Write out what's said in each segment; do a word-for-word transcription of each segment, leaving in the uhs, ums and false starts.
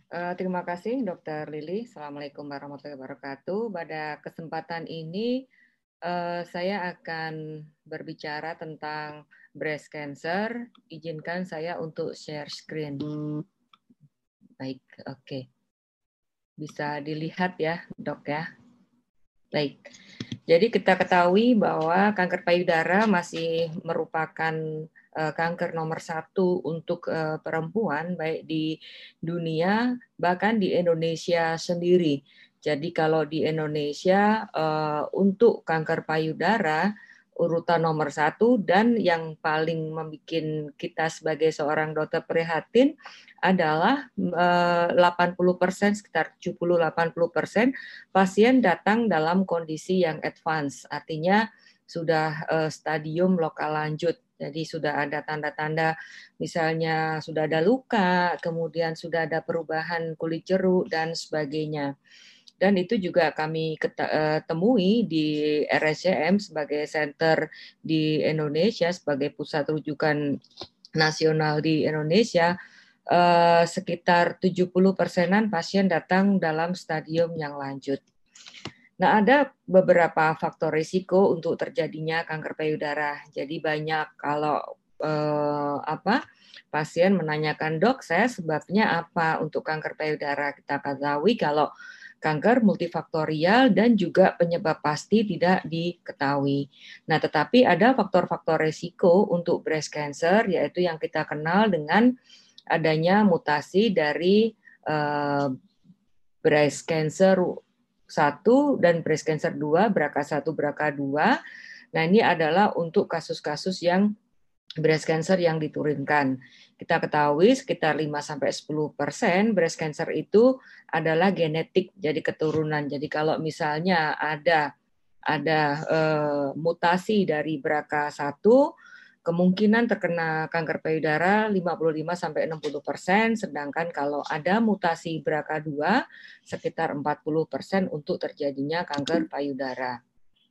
Uh, terima kasih Dokter Lili. Assalamualaikum warahmatullahi wabarakatuh. Pada kesempatan ini uh, saya akan berbicara tentang breast cancer. Izinkan saya untuk share screen. Baik, oke. Okay. Bisa dilihat ya, Dok ya. Baik. Jadi kita ketahui bahwa kanker payudara masih merupakan uh, kanker nomor satu untuk uh, perempuan baik di dunia bahkan di Indonesia sendiri. Jadi kalau di Indonesia uh, untuk kanker payudara urutan nomor satu dan yang paling membuat kita sebagai seorang dokter prihatin adalah uh, delapan puluh persen, sekitar tujuh puluh sampai delapan puluh persen pasien datang dalam kondisi yang advance, artinya sudah uh, stadium lokal lanjut. Jadi sudah ada tanda-tanda misalnya sudah ada luka, kemudian sudah ada perubahan kulit jeruk dan sebagainya. Dan itu juga kami temui di R S C M sebagai center di Indonesia, sebagai pusat rujukan nasional di Indonesia, eh, sekitar tujuh puluh persenan pasien datang dalam stadium yang lanjut. Nah, ada beberapa faktor risiko untuk terjadinya kanker payudara. Jadi banyak kalau eh, apa pasien menanyakan, dok, saya sebabnya apa untuk kanker payudara? Kita ketahui kalau kanker multifaktorial dan juga penyebab pasti tidak diketahui. Nah, tetapi ada faktor-faktor risiko untuk breast cancer, yaitu yang kita kenal dengan adanya mutasi dari uh, breast cancer satu dan breast cancer dua, B R C A satu, B R C A dua. Nah, ini adalah untuk kasus-kasus yang breast cancer yang diturunkan. Kita ketahui sekitar lima sampai sepuluh persen breast cancer itu adalah genetik, jadi keturunan. Jadi kalau misalnya ada ada uh, mutasi dari B R C A satu, kemungkinan terkena kanker payudara lima puluh lima sampai enam puluh persen, sedangkan kalau ada mutasi B R C A dua sekitar empat puluh persen untuk terjadinya kanker payudara.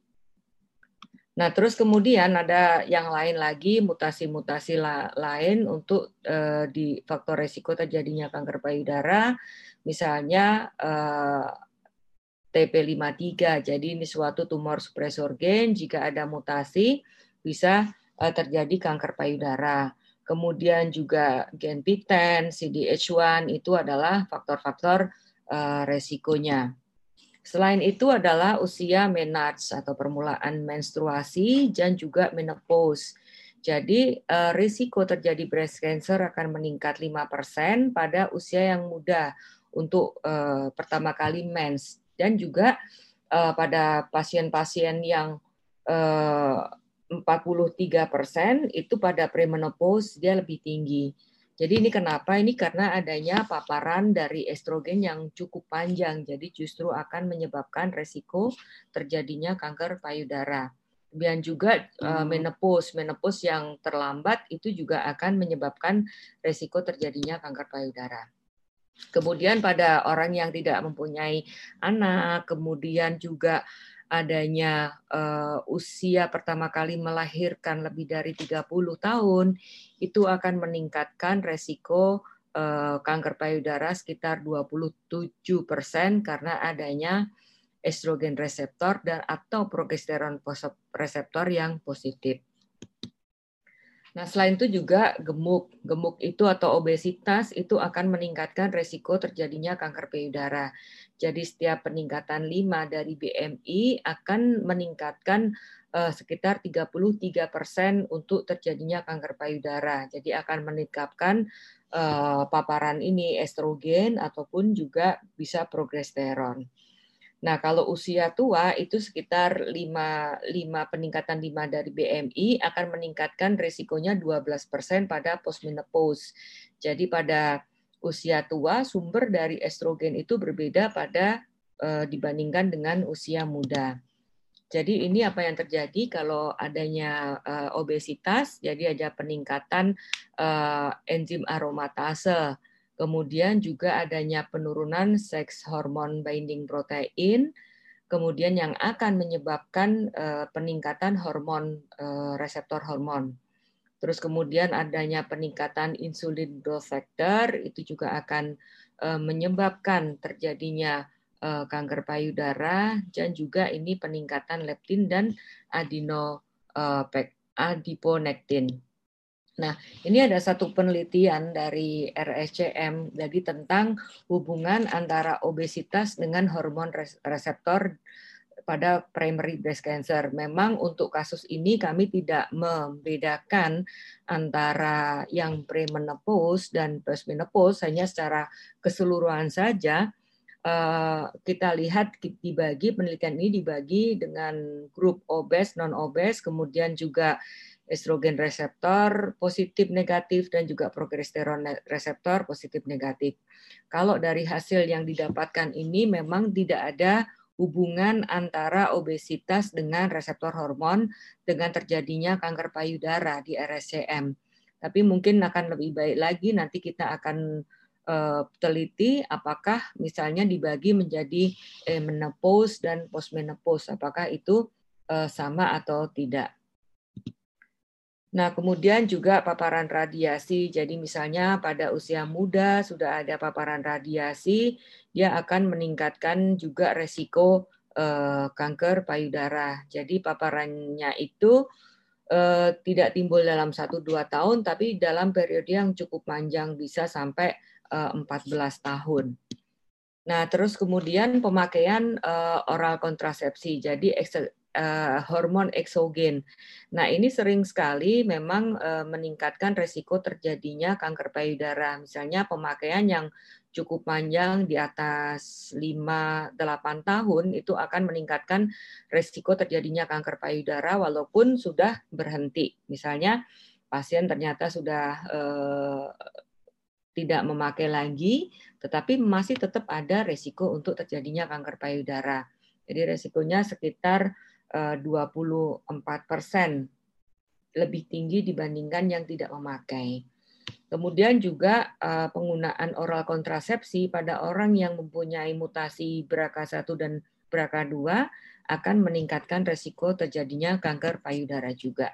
Nah, terus kemudian ada yang lain lagi, mutasi-mutasi la lain untuk uh, di faktor resiko terjadinya kanker payudara, misalnya uh, T P lima puluh tiga. Jadi ini suatu tumor supresor gen, jika ada mutasi bisa uh, terjadi kanker payudara. Kemudian juga gen P sepuluh, C D H satu itu adalah faktor-faktor uh, resikonya. Selain itu adalah usia menarche atau permulaan menstruasi dan juga menopause. Jadi eh, risiko terjadi breast cancer akan meningkat lima persen pada usia yang muda untuk eh, pertama kali mens, dan juga eh, pada pasien-pasien yang eh, empat puluh tiga persen itu pada premenopause dia lebih tinggi. Jadi ini kenapa? Ini karena adanya paparan dari estrogen yang cukup panjang. Jadi justru akan menyebabkan resiko terjadinya kanker payudara. Kemudian juga uh, menopause, menopause yang terlambat itu juga akan menyebabkan resiko terjadinya kanker payudara. Kemudian pada orang yang tidak mempunyai anak, kemudian juga adanya uh, usia pertama kali melahirkan lebih dari tiga puluh tahun, itu akan meningkatkan resiko uh, kanker payudara sekitar dua puluh tujuh persen karena adanya estrogen reseptor dan atau progesteron reseptor yang positif. Nah, selain itu juga gemuk. Gemuk itu atau obesitas itu akan meningkatkan resiko terjadinya kanker payudara. Jadi setiap peningkatan lima dari B M I akan meningkatkan uh, sekitar tiga puluh tiga persen untuk terjadinya kanker payudara. Jadi akan meningkatkan uh, paparan ini estrogen ataupun juga bisa progesteron. Nah, kalau usia tua itu sekitar lima, lima peningkatan lima dari B M I akan meningkatkan risikonya dua belas persen pada postmenopause. Jadi pada usia tua sumber dari estrogen itu berbeda pada eh, dibandingkan dengan usia muda. Jadi ini apa yang terjadi kalau adanya uh, obesitas, jadi ada peningkatan uh, enzim aromatase. Kemudian juga adanya penurunan seks hormon binding protein, kemudian yang akan menyebabkan uh, peningkatan hormon uh, reseptor hormon. Terus kemudian adanya peningkatan insulin growth factor itu juga akan uh, menyebabkan terjadinya uh, kanker payudara, dan juga ini peningkatan leptin dan adeno uh, adiponektin. Nah, ini ada satu penelitian dari R S C M jadi tentang hubungan antara obesitas dengan hormon reseptor pada primary breast cancer. Memang untuk kasus ini kami tidak membedakan antara yang premenopause dan postmenopause, hanya secara keseluruhan saja. Kita lihat dibagi, penelitian ini dibagi dengan grup obes, non-obes, kemudian juga estrogen reseptor positif negatif dan juga progesteron reseptor positif negatif. Kalau dari hasil yang didapatkan ini memang tidak ada hubungan antara obesitas dengan reseptor hormon dengan terjadinya kanker payudara di R S C M. Tapi mungkin akan lebih baik lagi nanti kita akan uh, teliti apakah misalnya dibagi menjadi eh, menopause dan postmenopause, apakah itu uh, sama atau tidak. Nah, kemudian juga paparan radiasi. Jadi misalnya pada usia muda sudah ada paparan radiasi, dia akan meningkatkan juga resiko eh, kanker payudara. Jadi paparannya itu eh, tidak timbul dalam satu sampai dua tahun, tapi dalam periode yang cukup panjang, bisa sampai eh, empat belas tahun. Nah, terus kemudian pemakaian uh, oral kontrasepsi, jadi uh, hormon eksogen. Nah, ini sering sekali memang uh, meningkatkan resiko terjadinya kanker payudara. Misalnya pemakaian yang cukup panjang di atas lima sampai delapan tahun itu akan meningkatkan resiko terjadinya kanker payudara walaupun sudah berhenti. Misalnya pasien ternyata sudah uh, tidak memakai lagi, tetapi masih tetap ada resiko untuk terjadinya kanker payudara. Jadi resikonya sekitar dua puluh empat persen lebih tinggi dibandingkan yang tidak memakai. Kemudian juga penggunaan oral kontrasepsi pada orang yang mempunyai mutasi B R C A satu dan B R C A dua akan meningkatkan resiko terjadinya kanker payudara juga.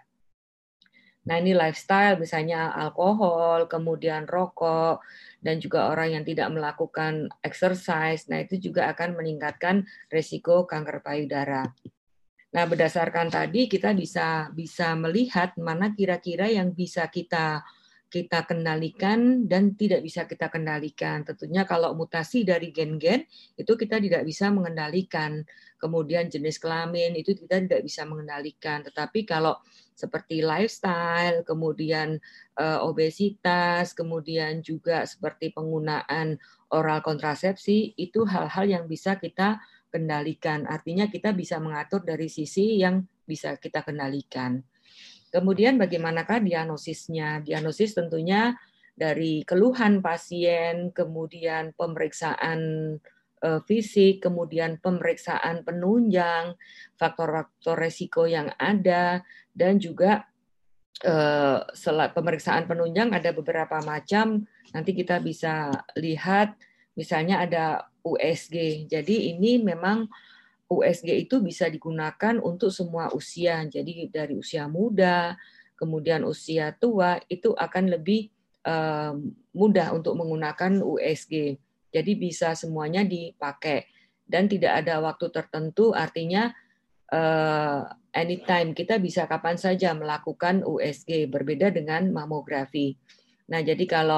Nah, ini lifestyle, misalnya alkohol, kemudian rokok, dan juga orang yang tidak melakukan exercise. Nah, itu juga akan meningkatkan risiko kanker payudara. Nah, berdasarkan tadi kita bisa bisa melihat mana kira-kira yang bisa kita kita kendalikan dan tidak bisa kita kendalikan. Tentunya kalau mutasi dari gen-gen itu kita tidak bisa mengendalikan. Kemudian jenis kelamin itu kita tidak bisa mengendalikan. Tetapi kalau seperti lifestyle, kemudian uh, obesitas, kemudian juga seperti penggunaan oral kontrasepsi, itu hal-hal yang bisa kita kendalikan. Artinya kita bisa mengatur dari sisi yang bisa kita kendalikan. Kemudian bagaimanakah diagnosisnya? Diagnosis tentunya dari keluhan pasien, kemudian pemeriksaan uh, fisik, kemudian pemeriksaan penunjang, faktor-faktor resiko yang ada, dan juga uh, pemeriksaan penunjang ada beberapa macam. Nanti kita bisa lihat, misalnya ada U S G. Jadi ini memang U S G itu bisa digunakan untuk semua usia. Jadi dari usia muda, kemudian usia tua, itu akan lebih uh, mudah untuk menggunakan U S G. Jadi bisa semuanya dipakai. Dan tidak ada waktu tertentu, artinya uh, anytime, kita bisa kapan saja melakukan U S G, berbeda dengan mamografi. Nah, jadi kalau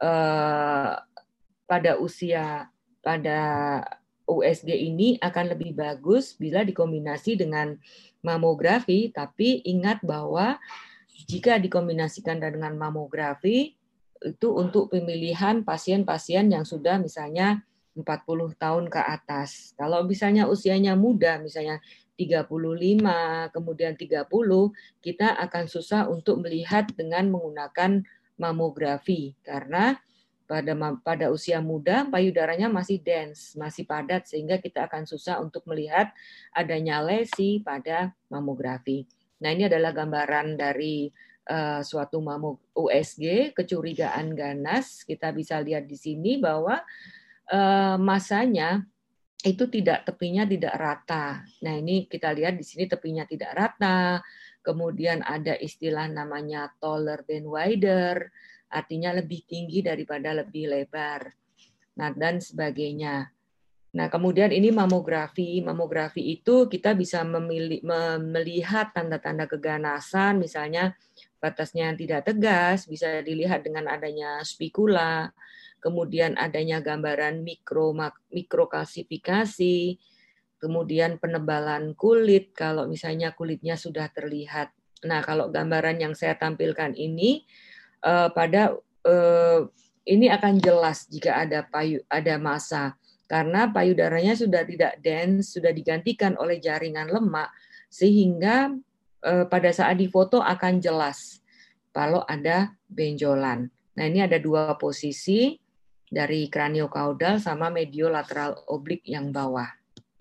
uh, pada usia, pada U S G ini akan lebih bagus bila dikombinasi dengan mamografi, tapi ingat bahwa jika dikombinasikan dengan mamografi, itu untuk pemilihan pasien-pasien yang sudah misalnya empat puluh tahun ke atas. Kalau misalnya usianya muda, misalnya tiga puluh lima, kemudian tiga puluh, kita akan susah untuk melihat dengan menggunakan mamografi, karena pada pada usia muda payudaranya masih dense, masih padat, sehingga kita akan susah untuk melihat adanya lesi pada mamografi. Nah, ini adalah gambaran dari uh, suatu mamog U S G, kecurigaan ganas. Kita bisa lihat di sini bahwa uh, masanya itu tidak, tepinya tidak rata. Nah, ini kita lihat di sini tepinya tidak rata, kemudian ada istilah namanya taller than wider, artinya lebih tinggi daripada lebih lebar, nah dan sebagainya. Nah, kemudian ini mamografi. Mamografi itu kita bisa memilih, melihat tanda-tanda keganasan, misalnya batasnya yang tidak tegas, bisa dilihat dengan adanya spikula, kemudian adanya gambaran mikro mikrokalsifikasi, kemudian penebalan kulit, kalau misalnya kulitnya sudah terlihat. Nah, kalau gambaran yang saya tampilkan ini, eh, pada eh, ini akan jelas jika ada payu, ada massa. Karena payudaranya sudah tidak dense, sudah digantikan oleh jaringan lemak, sehingga eh, pada saat difoto akan jelas kalau ada benjolan. Nah, ini ada dua posisi dari kraniokaudal sama mediolateral oblik yang bawah.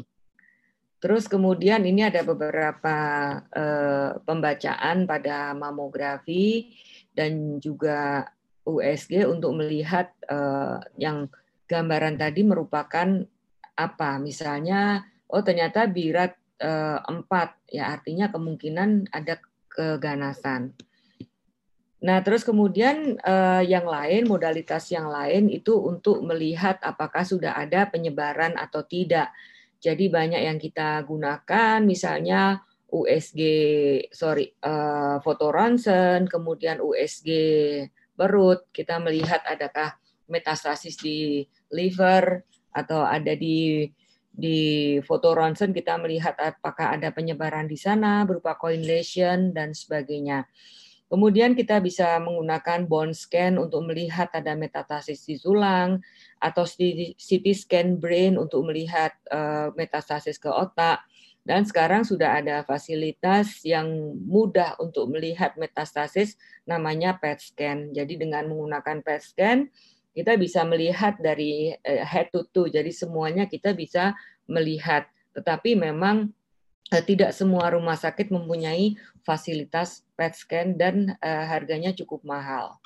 Terus kemudian ini ada beberapa eh, pembacaan pada mamografi dan juga U S G untuk melihat eh, yang gambaran tadi merupakan apa? Misalnya, oh ternyata birat eh, empat, ya artinya kemungkinan ada keganasan. Nah, terus kemudian eh, yang lain, modalitas yang lain itu untuk melihat apakah sudah ada penyebaran atau tidak. Jadi banyak yang kita gunakan, misalnya U S G, sorry, uh, foto ronsen, kemudian U S G perut, kita melihat adakah metastasis di liver atau ada di di foto ronsen kita melihat apakah ada penyebaran di sana berupa coin lesion dan sebagainya. Kemudian kita bisa menggunakan bone scan untuk melihat ada metastasis di tulang, atau C T scan brain untuk melihat uh, metastasis ke otak. Dan sekarang sudah ada fasilitas yang mudah untuk melihat metastasis, namanya P E T scan. Jadi dengan menggunakan P E T scan, kita bisa melihat dari uh, head to toe. Jadi semuanya kita bisa melihat. Tetapi memang tidak semua rumah sakit mempunyai fasilitas P E T scan dan uh, harganya cukup mahal.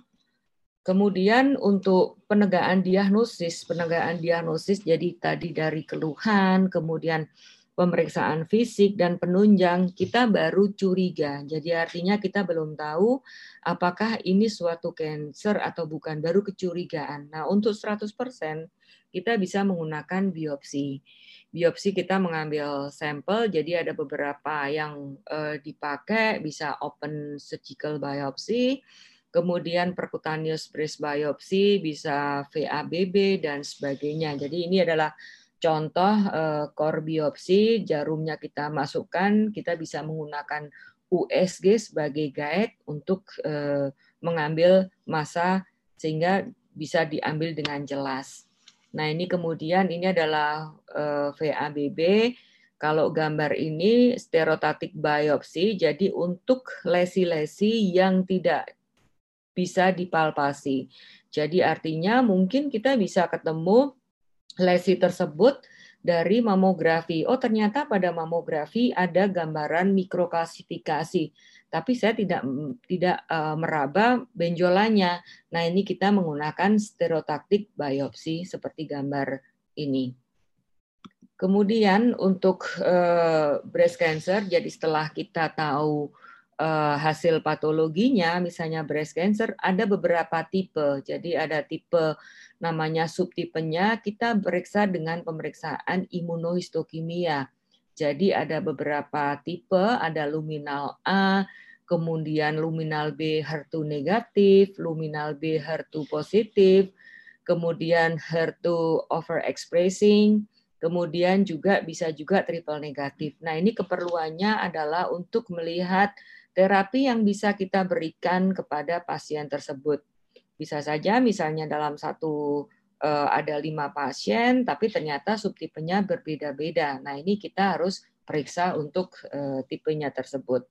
Kemudian untuk penegakan diagnosis, penegakan diagnosis jadi tadi dari keluhan, kemudian pemeriksaan fisik dan penunjang, kita baru curiga. Jadi artinya kita belum tahu apakah ini suatu kanker atau bukan, baru kecurigaan. Nah, untuk seratus persen kita bisa menggunakan biopsi. Biopsi kita mengambil sampel, jadi ada beberapa yang uh, dipakai, bisa open surgical biopsy, kemudian percutaneous breast biopsy, bisa V A B B, dan sebagainya. Jadi ini adalah contoh uh, core biopsi, jarumnya kita masukkan, kita bisa menggunakan U S G sebagai guide untuk uh, mengambil massa sehingga bisa diambil dengan jelas. Nah, ini kemudian ini adalah uh, V A B B. Kalau gambar ini stereotactic biopsi, jadi untuk lesi-lesi yang tidak bisa dipalpasi. Jadi artinya mungkin kita bisa ketemu lesi tersebut dari mamografi. Oh, ternyata pada mamografi ada gambaran mikrokalsifikasi, tapi saya tidak tidak uh, meraba benjolannya. Nah, ini kita menggunakan stereotactic biopsi seperti gambar ini. Kemudian untuk uh, breast cancer, jadi setelah kita tahu uh, hasil patologinya, misalnya breast cancer, ada beberapa tipe. Jadi ada tipe namanya subtipenya, kita periksa dengan pemeriksaan imunohistokimia. Jadi ada beberapa tipe, ada luminal A, kemudian luminal B H E R two negatif, luminal B H E R two positif, kemudian H E R two overexpressing, kemudian juga bisa juga triple negatif. Nah, ini keperluannya adalah untuk melihat terapi yang bisa kita berikan kepada pasien tersebut. Bisa saja misalnya dalam satu uh, ada lima pasien, tapi ternyata subtipenya berbeda-beda. Nah, ini kita harus periksa untuk uh, tipenya tersebut.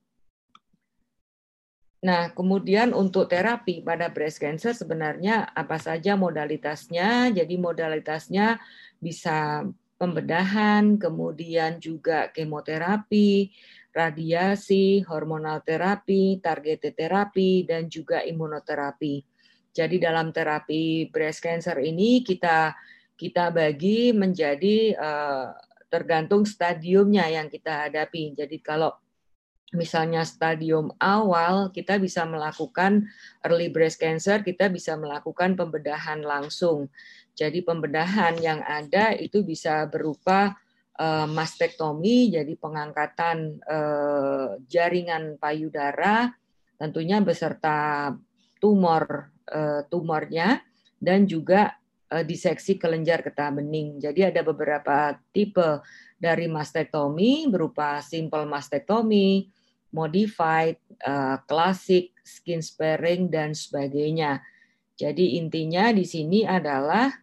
Nah, kemudian untuk terapi pada breast cancer sebenarnya apa saja modalitasnya? Jadi modalitasnya bisa pembedahan, kemudian juga kemoterapi, radiasi, hormonal terapi, targeted terapi, dan juga imunoterapi. Jadi dalam terapi breast cancer ini kita kita bagi menjadi uh, tergantung stadiumnya yang kita hadapi. Jadi kalau misalnya stadium awal, kita bisa melakukan early breast cancer, kita bisa melakukan pembedahan langsung. Jadi pembedahan yang ada itu bisa berupa uh, mastektomi, jadi pengangkatan uh, jaringan payudara, tentunya beserta tumor uh, tumornya, dan juga uh, diseksi kelenjar getah bening. Jadi ada beberapa tipe dari mastektomi berupa simple mastektomi, modified, uh, klasik, skin sparing, dan sebagainya. Jadi intinya di sini adalah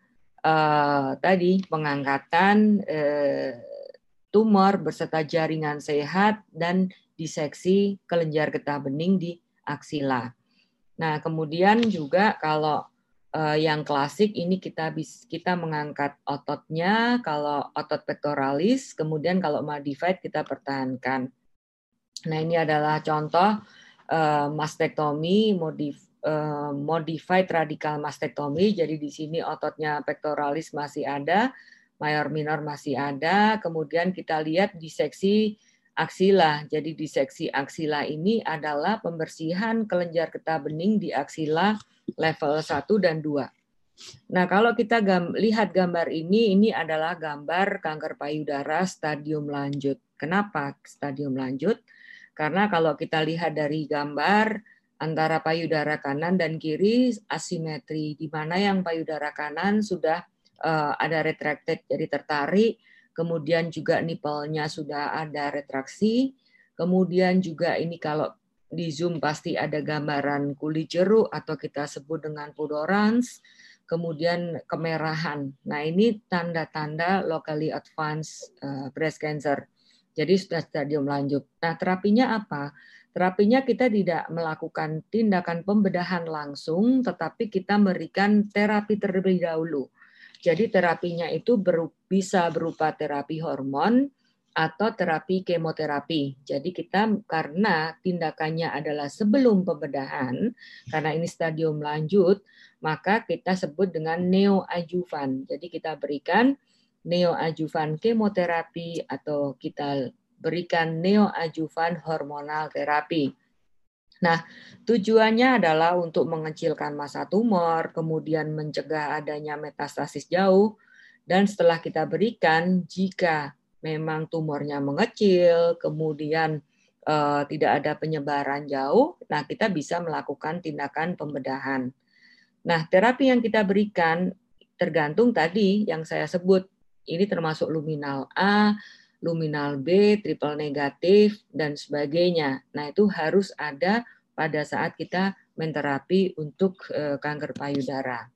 uh, tadi pengangkatan uh, tumor beserta jaringan sehat dan diseksi kelenjar getah bening di aksila. Nah, kemudian juga kalau uh, yang klasik ini kita bis, kita mengangkat ototnya, kalau otot pectoralis, kemudian kalau modified kita pertahankan. Nah, ini adalah contoh uh, mastektomi, modif, uh, modified radical mastektomi. Jadi di sini ototnya pectoralis masih ada, mayor minor masih ada. Kemudian kita lihat diseksi aksila. Jadi diseksi aksila ini adalah pembersihan kelenjar getah bening di aksila level satu dan dua. Nah, kalau kita gam, lihat gambar ini, ini adalah gambar kanker payudara stadium lanjut. Kenapa stadium lanjut? Karena kalau kita lihat dari gambar antara payudara kanan dan kiri asimetri, di mana yang payudara kanan sudah uh, ada retracted, jadi tertarik, kemudian juga nipple-nya sudah ada retraksi, kemudian juga ini kalau di zoom pasti ada gambaran kulit jeruk atau kita sebut dengan pudorans, kemudian kemerahan. Nah, ini tanda-tanda locally advanced uh, breast cancer. Jadi sudah stadium lanjut. Nah, terapinya apa? Terapinya kita tidak melakukan tindakan pembedahan langsung, tetapi kita memberikan terapi terlebih dahulu. Jadi terapinya itu beru- bisa berupa terapi hormon atau terapi kemoterapi. Jadi kita karena tindakannya adalah sebelum pembedahan, karena ini stadium lanjut, maka kita sebut dengan neoadjuvan. Jadi kita berikan neoadjuvan kemoterapi atau kita berikan neoadjuvan hormonal terapi. Nah, tujuannya adalah untuk mengecilkan massa tumor, kemudian mencegah adanya metastasis jauh, dan setelah kita berikan, jika memang tumornya mengecil, kemudian eh, tidak ada penyebaran jauh, nah kita bisa melakukan tindakan pembedahan. Nah, terapi yang kita berikan tergantung tadi yang saya sebut, ini termasuk luminal A, luminal B, triple negatif, dan sebagainya. Nah, itu harus ada pada saat kita menterapi untuk uh, kanker payudara.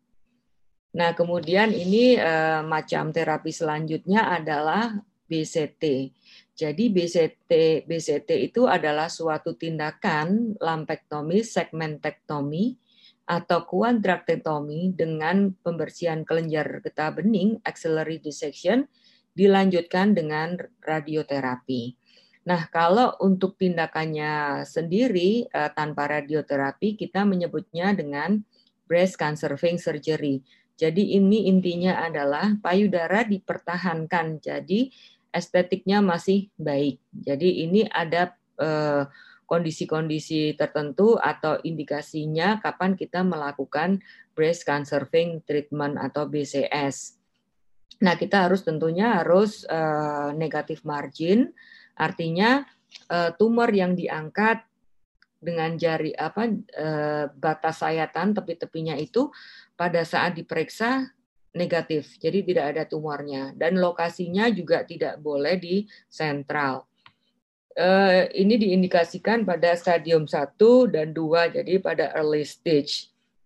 Nah, kemudian ini uh, macam terapi selanjutnya adalah B C T. Jadi B C T, B C T itu adalah suatu tindakan lumpectomy, segmentektomi, atau quadratectomy dengan pembersihan kelenjar getah bening, axillary dissection, dilanjutkan dengan radioterapi. Nah, kalau untuk tindakannya sendiri eh, tanpa radioterapi, kita menyebutnya dengan breast conserving surgery. Jadi ini intinya adalah payudara dipertahankan, jadi estetiknya masih baik. Jadi ini ada eh, kondisi-kondisi tertentu atau indikasinya kapan kita melakukan breast conserving treatment atau B C S. Nah, kita harus tentunya harus uh, negatif margin, artinya uh, tumor yang diangkat dengan jari apa uh, batas sayatan tepi-tepinya itu pada saat diperiksa negatif, jadi tidak ada tumornya, dan lokasinya juga tidak boleh di sentral. Uh, ini diindikasikan pada stadium satu dan dua, jadi pada early stage.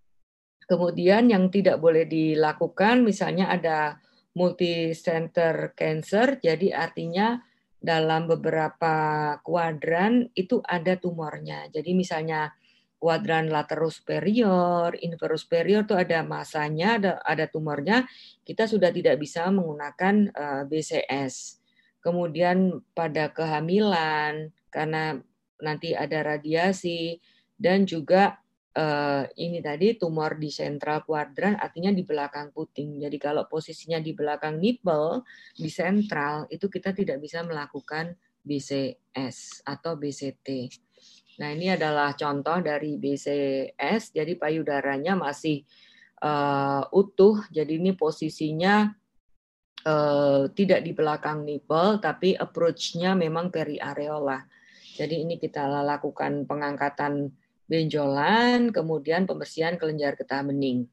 Kemudian yang tidak boleh dilakukan, misalnya ada multi-center cancer, jadi artinya dalam beberapa kuadran itu ada tumornya. Jadi misalnya kuadran lateral superior, inferior superior itu ada masanya, ada, ada tumornya, kita sudah tidak bisa menggunakan uh, B C S. Kemudian pada kehamilan, karena nanti ada radiasi, dan juga uh, ini tadi tumor di sentral kuadran, artinya di belakang puting. Jadi kalau posisinya di belakang nipple, di sentral, itu kita tidak bisa melakukan B C S atau B C T. Nah, ini adalah contoh dari B C S, jadi payudaranya masih uh, utuh, jadi ini posisinya uh, tidak di belakang nipple, tapi approach-nya memang periareola. Jadi ini kita lakukan pengangkatan benjolan, kemudian pembersihan kelenjar getah bening.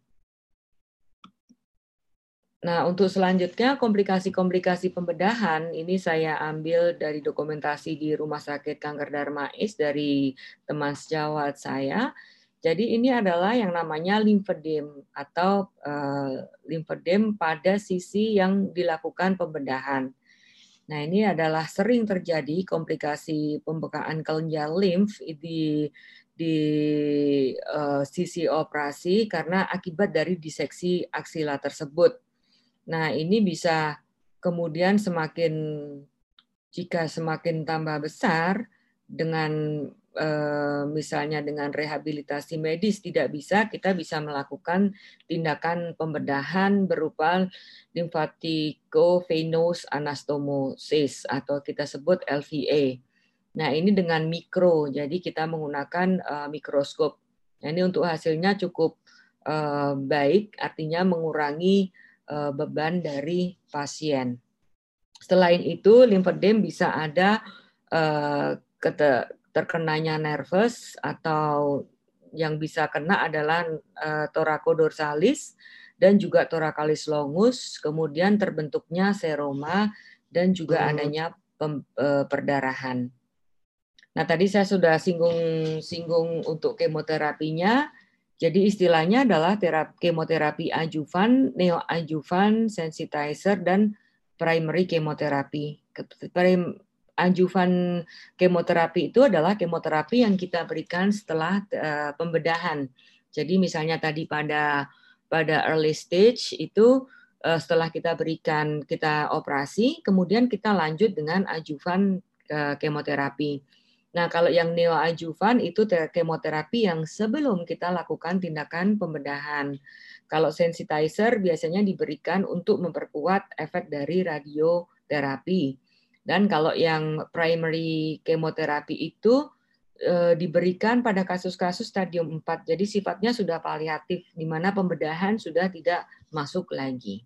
Nah, untuk selanjutnya komplikasi-komplikasi pembedahan ini saya ambil dari dokumentasi di Rumah Sakit Kanker Darmais dari teman sejawat saya. Jadi ini adalah yang namanya limfedem atau uh, limfedem pada sisi yang dilakukan pembedahan. Nah, ini adalah sering terjadi komplikasi pembekaan kelenjar limf di di uh, sisi operasi karena akibat dari diseksi aksila tersebut. Nah, ini bisa kemudian semakin, jika semakin tambah besar, dengan eh, misalnya dengan rehabilitasi medis tidak bisa, kita bisa melakukan tindakan pembedahan berupa limfatikovenous anastomosis atau kita sebut L V A. Nah, ini dengan mikro, jadi kita menggunakan uh, mikroskop. Nah, ini untuk hasilnya cukup uh, baik, artinya mengurangi beban dari pasien. Selain itu, limfedem bisa ada uh, terkenanya nervous atau yang bisa kena adalah uh, thoracoldorsalis dan juga thoracalis longus, kemudian terbentuknya seroma dan juga adanya pem, uh, perdarahan. Nah, tadi saya sudah singgung-singgung untuk kemoterapinya. Jadi istilahnya adalah terapi kemoterapi adjuvan, neoadjuvan, sensitizer, dan primary kemoterapi. Adjuvan kemoterapi itu adalah kemoterapi yang kita berikan setelah uh, pembedahan. Jadi misalnya tadi pada pada early stage itu uh, setelah kita berikan, kita operasi, kemudian kita lanjut dengan adjuvan uh, kemoterapi. Nah, kalau yang neoadjuvan itu kemoterapi yang sebelum kita lakukan tindakan pembedahan. Kalau sensitizer biasanya diberikan untuk memperkuat efek dari radioterapi. Dan kalau yang primary kemoterapi itu e, diberikan pada kasus-kasus stadium empat. Jadi sifatnya sudah paliatif, di mana pembedahan sudah tidak masuk lagi.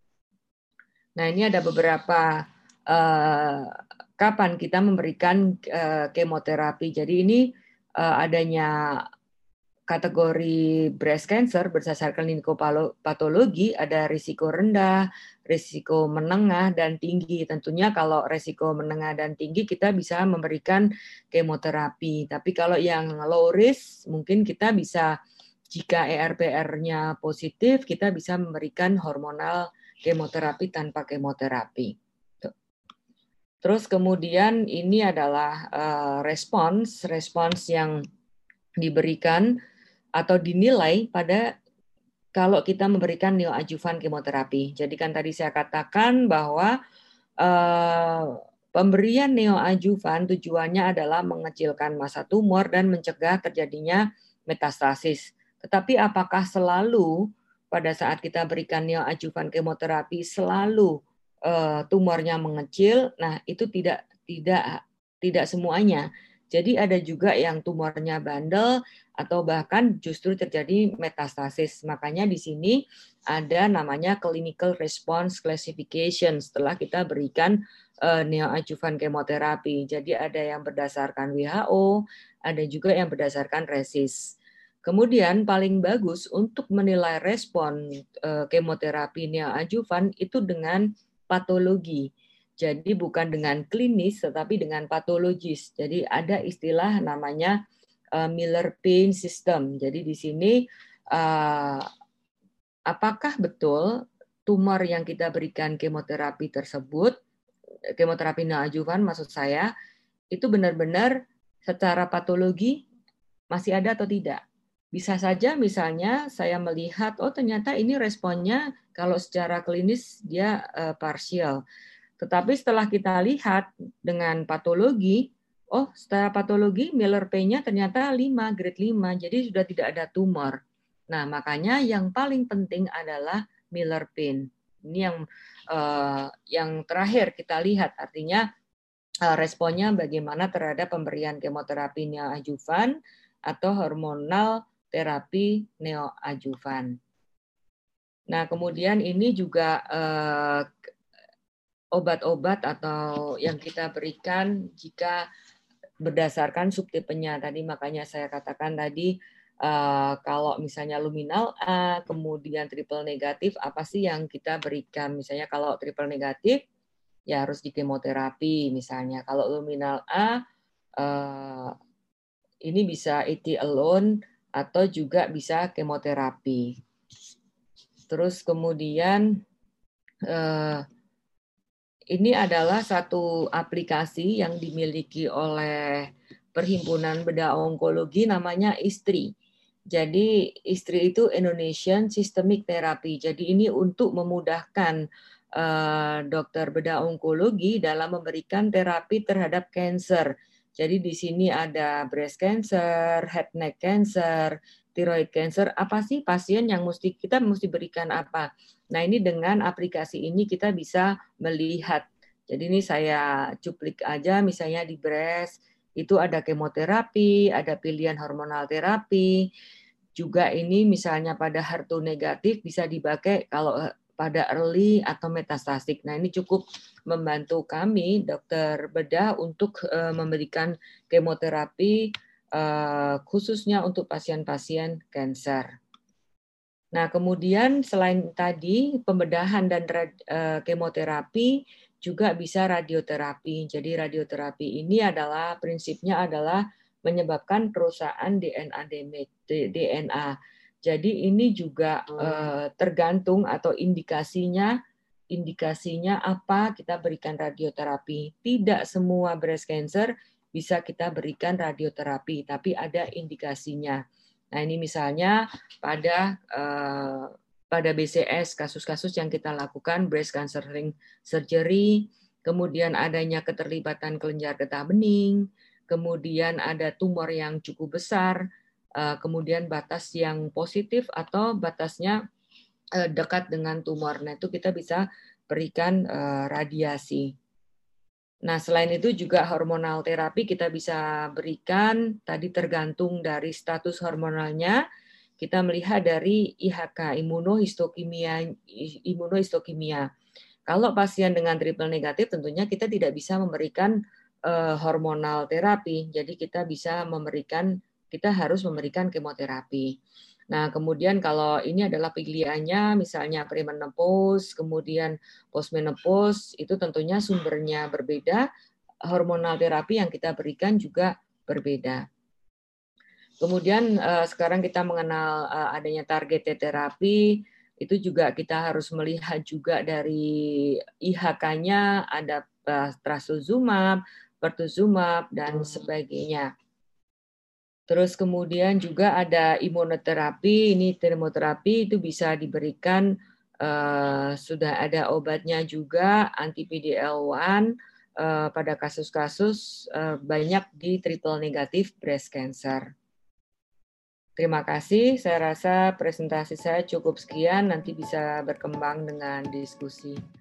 Nah, ini ada beberapa e, kapan kita memberikan uh, kemoterapi. Jadi ini uh, adanya kategori breast cancer berdasarkan klinikopatologi, ada risiko rendah, risiko menengah, dan tinggi. Tentunya kalau risiko menengah dan tinggi kita bisa memberikan kemoterapi. Tapi kalau yang low risk, mungkin kita bisa, jika E R P R-nya positif, kita bisa memberikan hormonal kemoterapi tanpa kemoterapi. Terus kemudian ini adalah uh, respons, respons yang diberikan atau dinilai pada kalau kita memberikan neoadjuvan kemoterapi. Jadi kan tadi saya katakan bahwa uh, pemberian neoadjuvan tujuannya adalah mengecilkan massa tumor dan mencegah terjadinya metastasis. Tetapi apakah selalu pada saat kita berikan neoadjuvan kemoterapi selalu Uh, tumornya mengecil? Nah, itu tidak tidak tidak semuanya. Jadi ada juga yang tumornya bandel atau bahkan justru terjadi metastasis. Makanya di sini ada namanya clinical response classification setelah kita berikan uh, neoadjuvan kemoterapi. Jadi ada yang berdasarkan W H O, ada juga yang berdasarkan RECIST. Kemudian paling bagus untuk menilai respon uh, kemoterapi neoadjuvan itu dengan patologi. Jadi bukan dengan klinis, tetapi dengan patologis. Jadi ada istilah namanya uh, Miller-Paine System. Jadi di sini uh, apakah betul tumor yang kita berikan kemoterapi tersebut, kemoterapi neoadjuvan maksud saya, itu benar-benar secara patologi masih ada atau tidak? Bisa saja misalnya saya melihat, oh ternyata ini responnya kalau secara klinis dia uh, parsial. Tetapi setelah kita lihat dengan patologi, oh setelah patologi Miller-Paine-nya ternyata lima, grade lima, jadi sudah tidak ada tumor. Nah makanya yang paling penting adalah Miller-Paine. Ini yang uh, yang terakhir kita lihat, artinya responnya bagaimana terhadap pemberian kemoterapi neoadjuvan atau hormonal terapi neoadjuvan. Nah, kemudian ini juga eh, obat-obat atau yang kita berikan jika berdasarkan subtipenya tadi, makanya saya katakan tadi uh, kalau misalnya luminal A, kemudian triple negatif, apa sih yang kita berikan? Misalnya kalau triple negatif, ya harus di kemoterapi misalnya. Kalau luminal A, uh, ini bisa A T alone atau juga bisa kemoterapi. Terus kemudian uh, ini adalah satu aplikasi yang dimiliki oleh Perhimpunan Bedah Onkologi namanya ISTRI. Jadi ISTRI itu Indonesian Systemic Therapy. Jadi ini untuk memudahkan uh, dokter bedah onkologi dalam memberikan terapi terhadap cancer. Jadi di sini ada breast cancer, head neck cancer, thyroid cancer. Apa sih pasien yang mesti kita mesti berikan apa? Nah ini dengan aplikasi ini kita bisa melihat. Jadi ini saya cuplik aja misalnya di breast itu ada kemoterapi, ada pilihan hormonal terapi. Juga ini misalnya pada H E R two negatif bisa dipakai kalau pada early atau metastatik. Nah ini cukup membantu kami dokter bedah untuk uh, memberikan kemoterapi uh, khususnya untuk pasien-pasien kanker. Nah, kemudian selain tadi pembedahan dan uh, kemoterapi juga bisa radioterapi. Jadi radioterapi ini adalah prinsipnya adalah menyebabkan kerusakan D N A damage, D N A. Jadi ini juga uh, tergantung atau indikasinya indikasinya apa kita berikan radioterapi. Tidak semua breast cancer bisa kita berikan radioterapi, tapi ada indikasinya. Nah, ini misalnya pada uh, pada B C S kasus-kasus yang kita lakukan breast cancer ring surgery, kemudian adanya keterlibatan kelenjar getah bening, kemudian ada tumor yang cukup besar, uh, kemudian batas yang positif atau batasnya uh, dekat dengan tumor. Nah, itu kita bisa berikan uh, radiasi. Nah, selain itu juga hormonal terapi kita bisa berikan, tadi tergantung dari status hormonalnya, kita melihat dari I H K, imunohistokimia. imunohistokimia. Kalau pasien dengan triple negatif, tentunya kita tidak bisa memberikan uh, hormonal terapi, jadi kita bisa memberikan, kita harus memberikan kemoterapi. Nah, kemudian kalau ini adalah pilihannya, misalnya premenopause, kemudian postmenopause, itu tentunya sumbernya berbeda, hormonal terapi yang kita berikan juga berbeda. Kemudian sekarang kita mengenal adanya targeted terapi, itu juga kita harus melihat juga dari I H K-nya, ada trastuzumab, pertuzumab, dan sebagainya. Terus kemudian juga ada imunoterapi, ini termoterapi itu bisa diberikan, uh, sudah ada obatnya juga, anti P D L satu uh, pada kasus-kasus uh, banyak di triple negatif breast cancer. Terima kasih, saya rasa presentasi saya cukup sekian, nanti bisa berkembang dengan diskusi.